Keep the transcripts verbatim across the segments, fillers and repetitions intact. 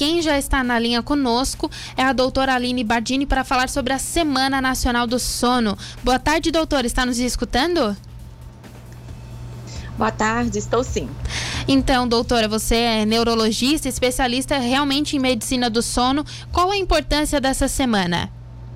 quem já está na linha conosco é a doutora Aline Bardini para falar sobre a Semana Nacional do Sono. Boa tarde, doutora. Está nos escutando? Boa tarde, estou sim. Então, doutora, você é neurologista, especialista realmente em medicina do sono. Qual a importância dessa semana?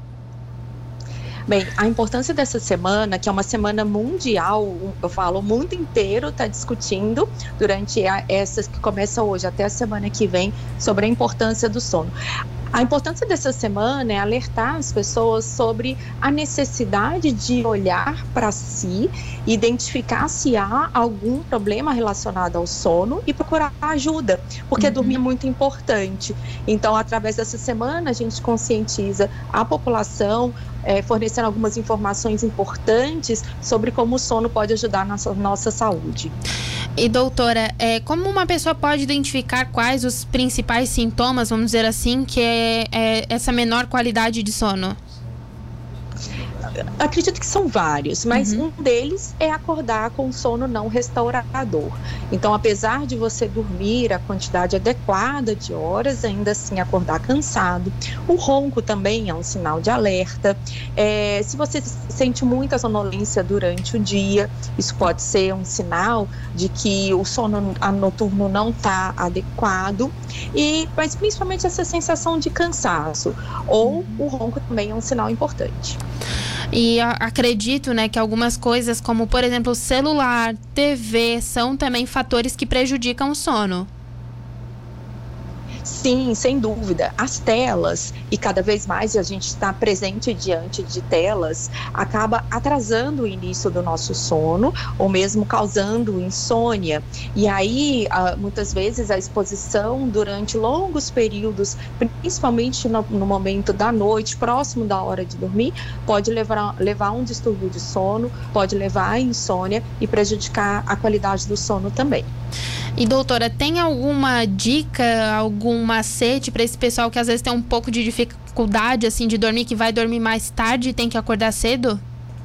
Bem, a importância dessa semana, que é uma semana mundial, eu falo, o mundo inteiro está discutindo durante a, essas que começa hoje até a semana que vem sobre a importância do sono. A importância dessa semana é alertar as pessoas sobre a necessidade de olhar para si, identificar se há algum problema relacionado ao sono e procurar ajuda, porque uhum. dormir é muito importante. Então, através dessa semana, a gente conscientiza a população, é, fornecendo algumas informações importantes sobre como o sono pode ajudar na nossa, nossa saúde. E doutora, é, como uma pessoa pode identificar quais os principais sintomas, vamos dizer assim, que é, é essa menor qualidade de sono? Acredito que são vários, mas uhum. um deles é acordar com sono não restaurador. Então, apesar de você dormir a quantidade adequada de horas, ainda assim acordar cansado. O ronco também é um sinal de alerta. É, se você sente muita sonolência durante o dia, isso pode ser um sinal de que o sono noturno não está adequado. E, mas principalmente essa sensação de cansaço. Ou o ronco também é um sinal importante. E acredito, né, que algumas coisas, como por exemplo celular, T V, são também fatores que prejudicam o sono. Sim, sem dúvida. As telas, e cada vez mais a gente está presente diante de telas, acaba atrasando o início do nosso sono, ou mesmo causando insônia. E aí, muitas vezes, a exposição durante longos períodos, principalmente no, no momento da noite, próximo da hora de dormir, pode levar, levar a um distúrbio de sono, pode levar à insônia e prejudicar a qualidade do sono também. E doutora, tem alguma dica, algum macete para esse pessoal que às vezes tem um pouco de dificuldade assim de dormir, que vai dormir mais tarde e tem que acordar cedo?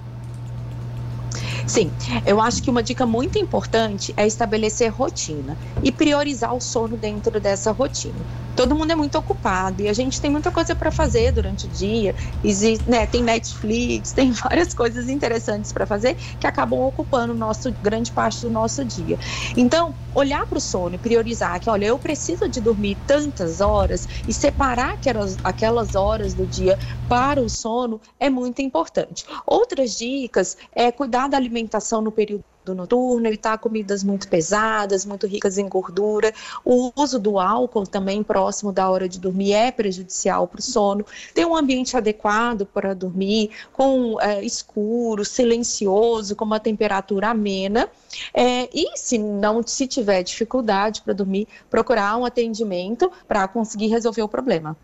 Sim, eu acho que uma dica muito importante é estabelecer rotina e priorizar o sono dentro dessa rotina. Todo mundo é muito ocupado e a gente tem muita coisa para fazer durante o dia. Existe, né, tem Netflix, tem várias coisas interessantes para fazer que acabam ocupando nosso, grande parte do nosso dia. Então, olhar para o sono e priorizar que, olha, eu preciso de dormir tantas horas e separar aquelas, aquelas horas do dia para o sono é muito importante. Outras dicas é cuidar da alimentação no período do noturno, evitar comidas muito pesadas, muito ricas em gordura. O uso do álcool também próximo da hora de dormir é prejudicial para o sono. Ter um ambiente adequado para dormir, com é, escuro, silencioso, com uma temperatura amena. É, e se não se tiver dificuldade para dormir, procurar um atendimento para conseguir resolver o problema.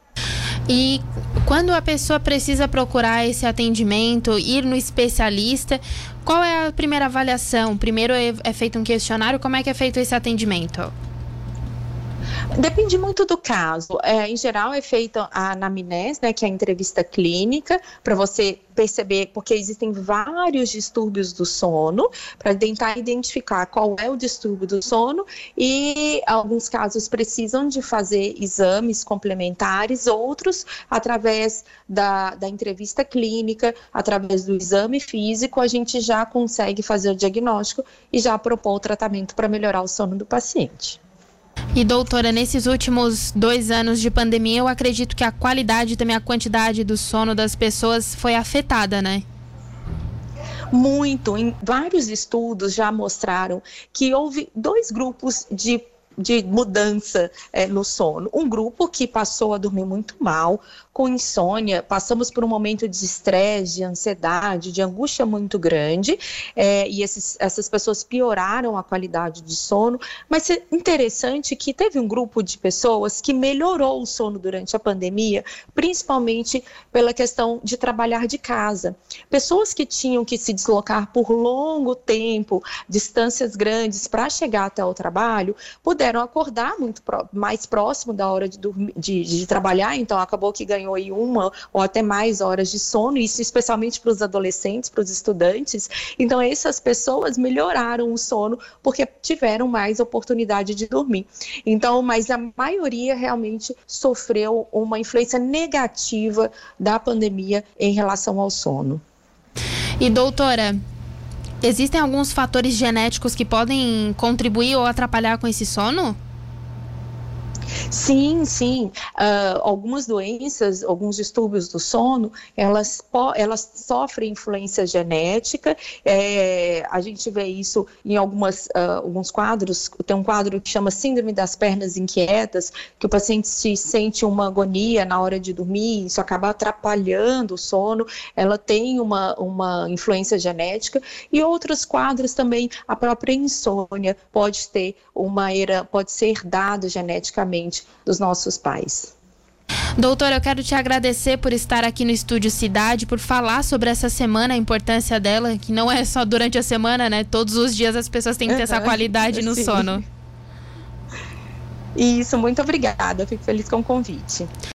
E quando a pessoa precisa procurar esse atendimento, ir no especialista, qual é a primeira avaliação? Primeiro é, é feito um questionário, como é que é feito esse atendimento? Depende muito do caso. É, em geral é feita a anamnese, né, que é a entrevista clínica, para você perceber, porque existem vários distúrbios do sono, para tentar identificar qual é o distúrbio do sono, e alguns casos precisam de fazer exames complementares, outros através da, da entrevista clínica, através do exame físico, a gente já consegue fazer o diagnóstico e já propor o tratamento para melhorar o sono do paciente. E doutora, nesses últimos dois anos de pandemia, eu acredito que a qualidade e também a quantidade do sono das pessoas foi afetada, né? Muito. Em vários estudos já mostraram que houve dois grupos de de mudança é, no sono. Um grupo que passou a dormir muito mal, com insônia, passamos por um momento de estresse, de ansiedade, de angústia muito grande, é, e esses, essas pessoas pioraram a qualidade de sono, mas é interessante que teve um grupo de pessoas que melhorou o sono durante a pandemia, principalmente pela questão de trabalhar de casa. Pessoas que tinham que se deslocar por longo tempo, distâncias grandes para chegar até o trabalho, puderam tiveram a acordar muito pro, mais próximo da hora de, dormir, de, de trabalhar, então acabou que ganhou aí uma ou até mais horas de sono, isso especialmente para os adolescentes, para os estudantes. Então essas pessoas melhoraram o sono porque tiveram mais oportunidade de dormir. Então, mas a maioria realmente sofreu uma influência negativa da pandemia em relação ao sono. E doutora, existem alguns fatores genéticos que podem contribuir ou atrapalhar com esse sono? Sim, sim. Uh, algumas doenças, alguns distúrbios do sono, elas, elas sofrem influência genética. É, a gente vê isso em algumas, uh, alguns quadros. Tem um quadro que chama Síndrome das Pernas Inquietas, que o paciente se sente uma agonia na hora de dormir, isso acaba atrapalhando o sono. Ela tem uma, uma influência genética. E outros quadros também, a própria insônia pode ter uma era, pode ser herdada geneticamente dos nossos pais. Doutora, eu quero te agradecer por estar aqui no Estúdio Cidade, por falar sobre essa semana, a importância dela, que não é só durante a semana, né? Todos os dias as pessoas têm que ter uhum, essa qualidade no sim. sono. Isso, muito obrigada. Fico feliz com o convite.